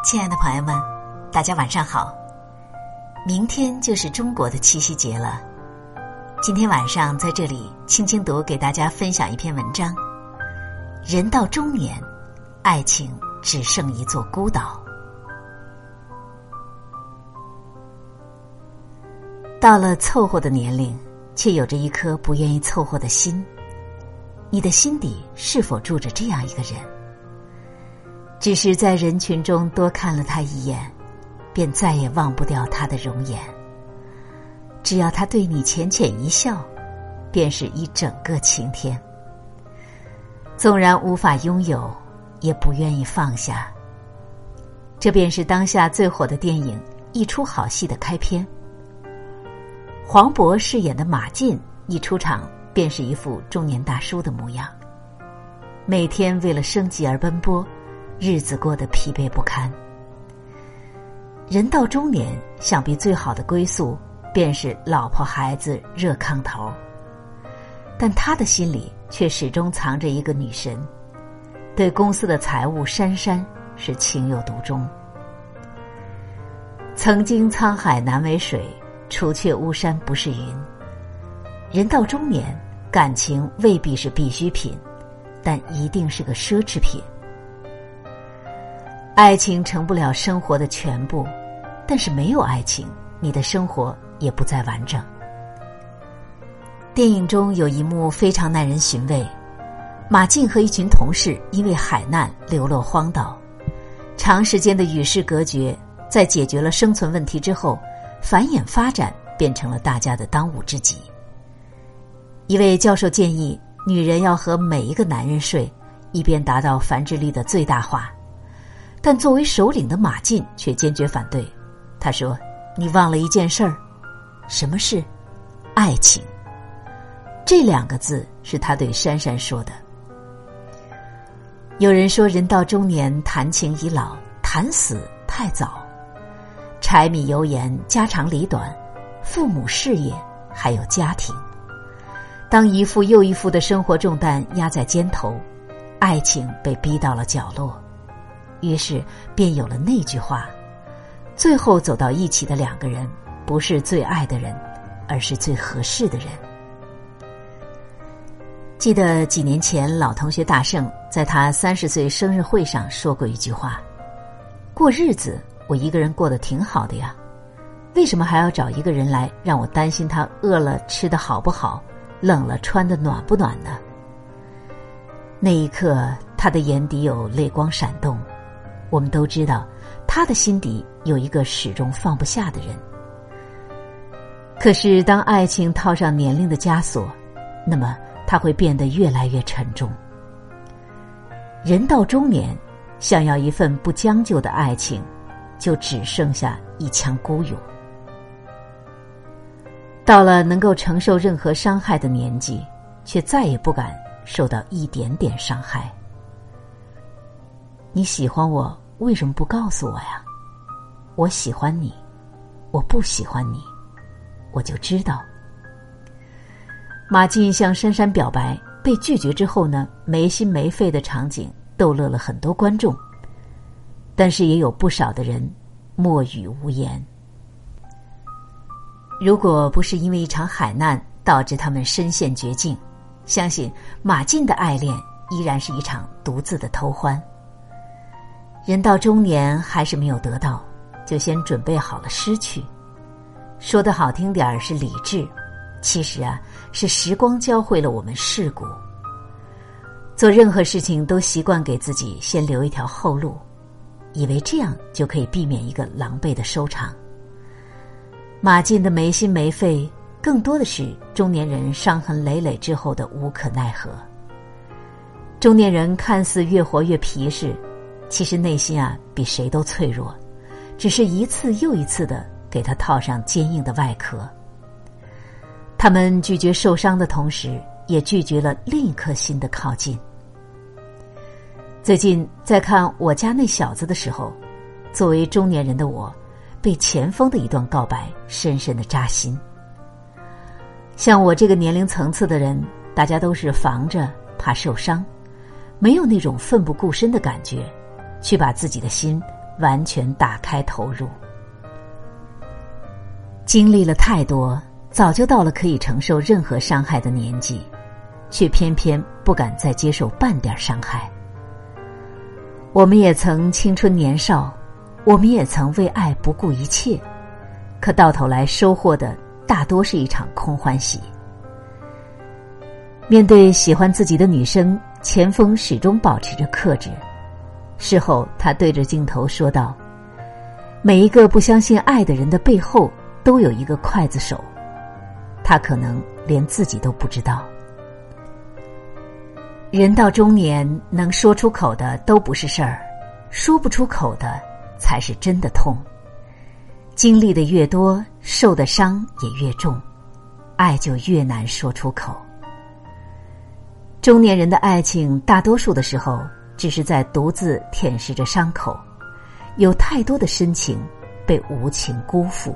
亲爱的朋友们，大家晚上好。明天就是中国的七夕节了。今天晚上在这里轻轻读给大家分享一篇文章。人到中年，爱情只剩一座孤岛。到了凑合的年龄，却有着一颗不愿意凑合的心。你的心底是否住着这样一个人？只是在人群中多看了他一眼，便再也忘不掉他的容颜。只要他对你浅浅一笑，便是一整个晴天。纵然无法拥有，也不愿意放下。这便是当下最火的电影《一出好戏》的开篇。黄渤饰演的马进一出场便是一副中年大叔的模样，每天为了生计而奔波，日子过得疲惫不堪。人到中年，想必最好的归宿便是老婆孩子热炕头，但他的心里却始终藏着一个女神，对公司的财务珊珊是情有独钟。曾经沧海难为水，除却巫山不是云。人到中年，感情未必是必需品，但一定是个奢侈品。爱情成不了生活的全部，但是没有爱情，你的生活也不再完整。电影中有一幕非常耐人寻味，马进和一群同事因为海难流落荒岛，长时间的与世隔绝，在解决了生存问题之后，繁衍发展变成了大家的当务之急。一位教授建议女人要和每一个男人睡，以便达到繁殖力的最大化，但作为首领的马进却坚决反对。他说，你忘了一件事儿。什么事？爱情。这两个字是他对珊珊说的。有人说人到中年，谈情已老，谈死太早。柴米油盐，家长里短，父母事业，还有家庭。当一副又一副的生活重担压在肩头，爱情被逼到了角落，于是便有了那句话，最后走到一起的两个人，不是最爱的人，而是最合适的人。记得几年前老同学大圣在他30岁生日会上说过一句话，过日子我一个人过得挺好的呀，为什么还要找一个人来让我担心他饿了吃得好不好，冷了穿得暖不暖呢？那一刻他的眼底有泪光闪动，我们都知道他的心底有一个始终放不下的人。可是当爱情套上年龄的枷锁，那么它会变得越来越沉重。人到中年，想要一份不将就的爱情，就只剩下一腔孤勇。到了能够承受任何伤害的年纪，却再也不敢受到一点点伤害。你喜欢我，为什么不告诉我呀？我喜欢你，我不喜欢你，我就知道。马进向珊珊表白，被拒绝之后呢，没心没肺的场景逗乐了很多观众，但是也有不少的人默语无言。如果不是因为一场海难导致他们身陷绝境，相信马进的爱恋依然是一场独自的偷欢。人到中年还是没有得到，就先准备好了失去。说得好听点是理智，其实是时光教会了我们世故。做任何事情都习惯给自己先留一条后路，以为这样就可以避免一个狼狈的收场。马进的没心没肺，更多的是中年人伤痕累累之后的无可奈何。中年人看似越活越皮实，其实内心比谁都脆弱，只是一次又一次的给他套上坚硬的外壳。他们拒绝受伤的同时，也拒绝了另一颗心的靠近。最近在看《我家那小子》的时候，作为中年人的我，被前锋的一段告白深深的扎心。像我这个年龄层次的人，大家都是防着怕受伤，没有那种奋不顾身的感觉，去把自己的心完全打开投入。经历了太多，早就到了可以承受任何伤害的年纪，却偏偏不敢再接受半点伤害。我们也曾青春年少，我们也曾为爱不顾一切，可到头来收获的大多是一场空欢喜。面对喜欢自己的女生，钱枫始终保持着克制。事后他对着镜头说道，每一个不相信爱的人的背后都有一个刽子手，他可能连自己都不知道。人到中年，能说出口的都不是事儿，说不出口的才是真的痛。经历的越多，受的伤也越重，爱就越难说出口。中年人的爱情大多数的时候只是在独自舔舐着伤口，有太多的深情被无情辜负。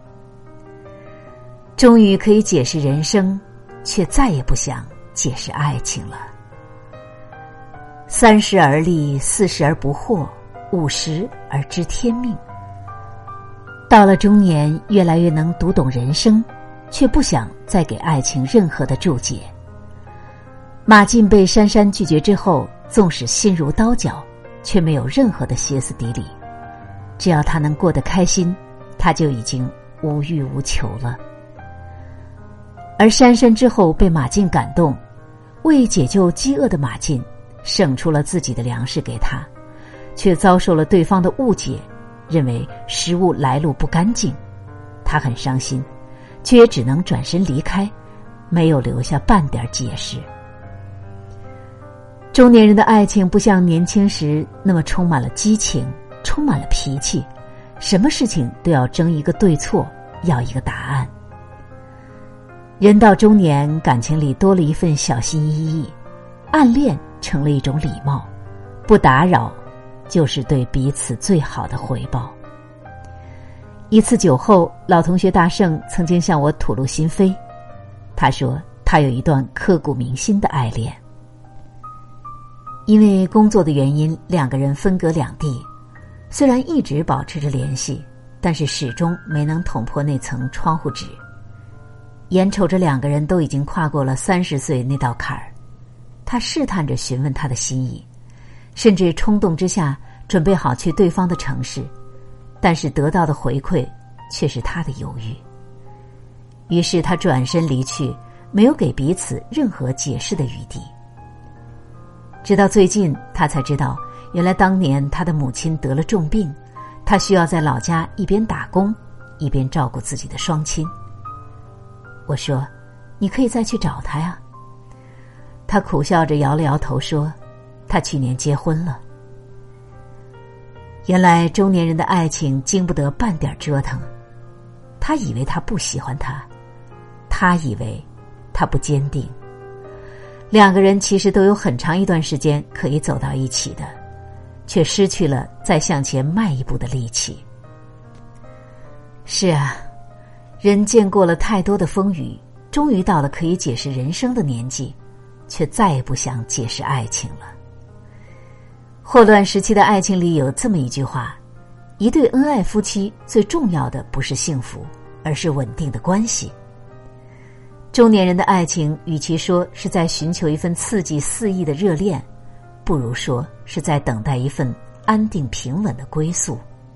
终于可以解释人生，却再也不想解释爱情了。30而立，40而不惑，50而知天命。到了中年，越来越能读懂人生，却不想再给爱情任何的注解。马进被珊珊拒绝之后，纵使心如刀绞，却没有任何的歇斯底里。只要他能过得开心，他就已经无欲无求了。而珊珊之后被马进感动，为解救饥饿的马进，省出了自己的粮食给他，却遭受了对方的误解，认为食物来路不干净。他很伤心，却也只能转身离开，没有留下半点解释。中年人的爱情不像年轻时那么充满了激情，充满了脾气，什么事情都要争一个对错，要一个答案。人到中年，感情里多了一份小心翼翼，暗恋成了一种礼貌，不打扰就是对彼此最好的回报。一次酒后，老同学大圣曾经向我吐露心扉，他说他有一段刻骨铭心的爱恋。因为工作的原因，两个人分隔两地，虽然一直保持着联系，但是始终没能捅破那层窗户纸。眼瞅着两个人都已经跨过了30岁那道坎儿，他试探着询问他的心意，甚至冲动之下准备好去对方的城市，但是得到的回馈却是他的犹豫。于是他转身离去，没有给彼此任何解释的余地。直到最近，他才知道，原来当年他的母亲得了重病，他需要在老家一边打工，一边照顾自己的双亲。我说，你可以再去找他呀。他苦笑着摇了摇头说，他去年结婚了。原来中年人的爱情经不得半点折腾。他以为他不喜欢他，他以为他不坚定。两个人其实都有很长一段时间可以走到一起的，却失去了再向前迈一步的力气。是啊，人见过了太多的风雨，终于到了可以解释人生的年纪，却再也不想解释爱情了。霍乱时期的爱情里有这么一句话，一对恩爱夫妻最重要的不是幸福，而是稳定的关系。中年人的爱情，与其说是在寻求一份刺激肆意的热恋，不如说是在等待一份安定平稳的归宿。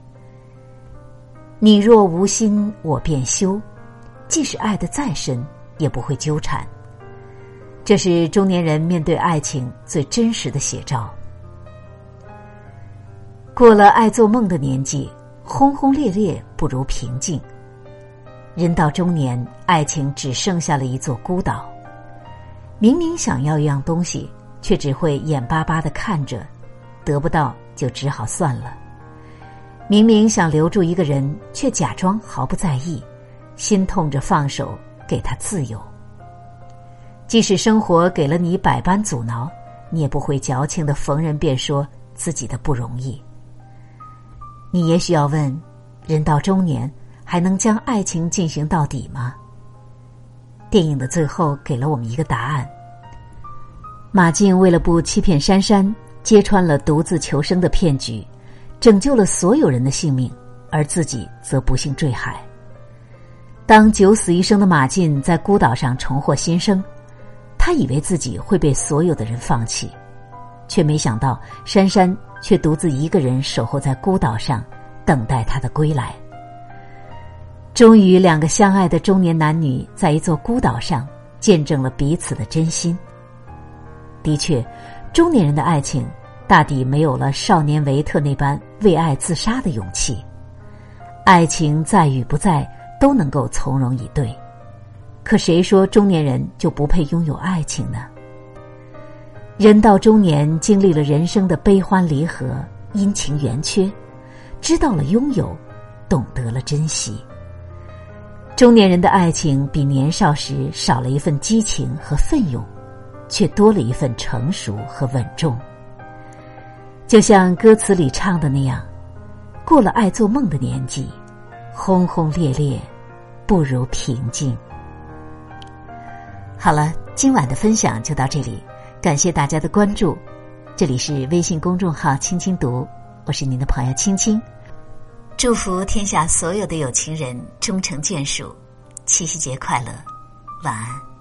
你若无心，我便休，即使爱得再深，也不会纠缠。这是中年人面对爱情最真实的写照。过了爱做梦的年纪，轰轰烈烈不如平静。人到中年，爱情只剩下了一座孤岛。明明想要一样东西，却只会眼巴巴地看着，得不到就只好算了。明明想留住一个人，却假装毫不在意，心痛着放手，给他自由。即使生活给了你百般阻挠，你也不会矫情地逢人便说自己的不容易。你也许要问，人到中年，还能将爱情进行到底吗？电影的最后给了我们一个答案。马进为了不欺骗珊珊，揭穿了独自求生的骗局， 拯救了所有人的性命，而自己则不幸坠海。当九死一生的马进在孤岛上重获新生，他以为自己会被所有的人放弃，却没想到珊珊却独自一个人守候在孤岛上，等待他的归来。终于两个相爱的中年男女在一座孤岛上见证了彼此的真心。的确，中年人的爱情大抵没有了少年维特那般为爱自杀的勇气。爱情在与不在都能够从容以对，可谁说中年人就不配拥有爱情呢？人到中年，经历了人生的悲欢离合、阴晴圆缺，知道了拥有，懂得了珍惜。中年人的爱情比年少时少了一份激情和奋勇，却多了一份成熟和稳重。就像歌词里唱的那样，过了爱做梦的年纪，轰轰烈烈不如平静。好了，今晚的分享就到这里，感谢大家的关注。这里是微信公众号青青读，我是您的朋友青青。祝福天下所有的有情人终成眷属，七夕节快乐，晚安。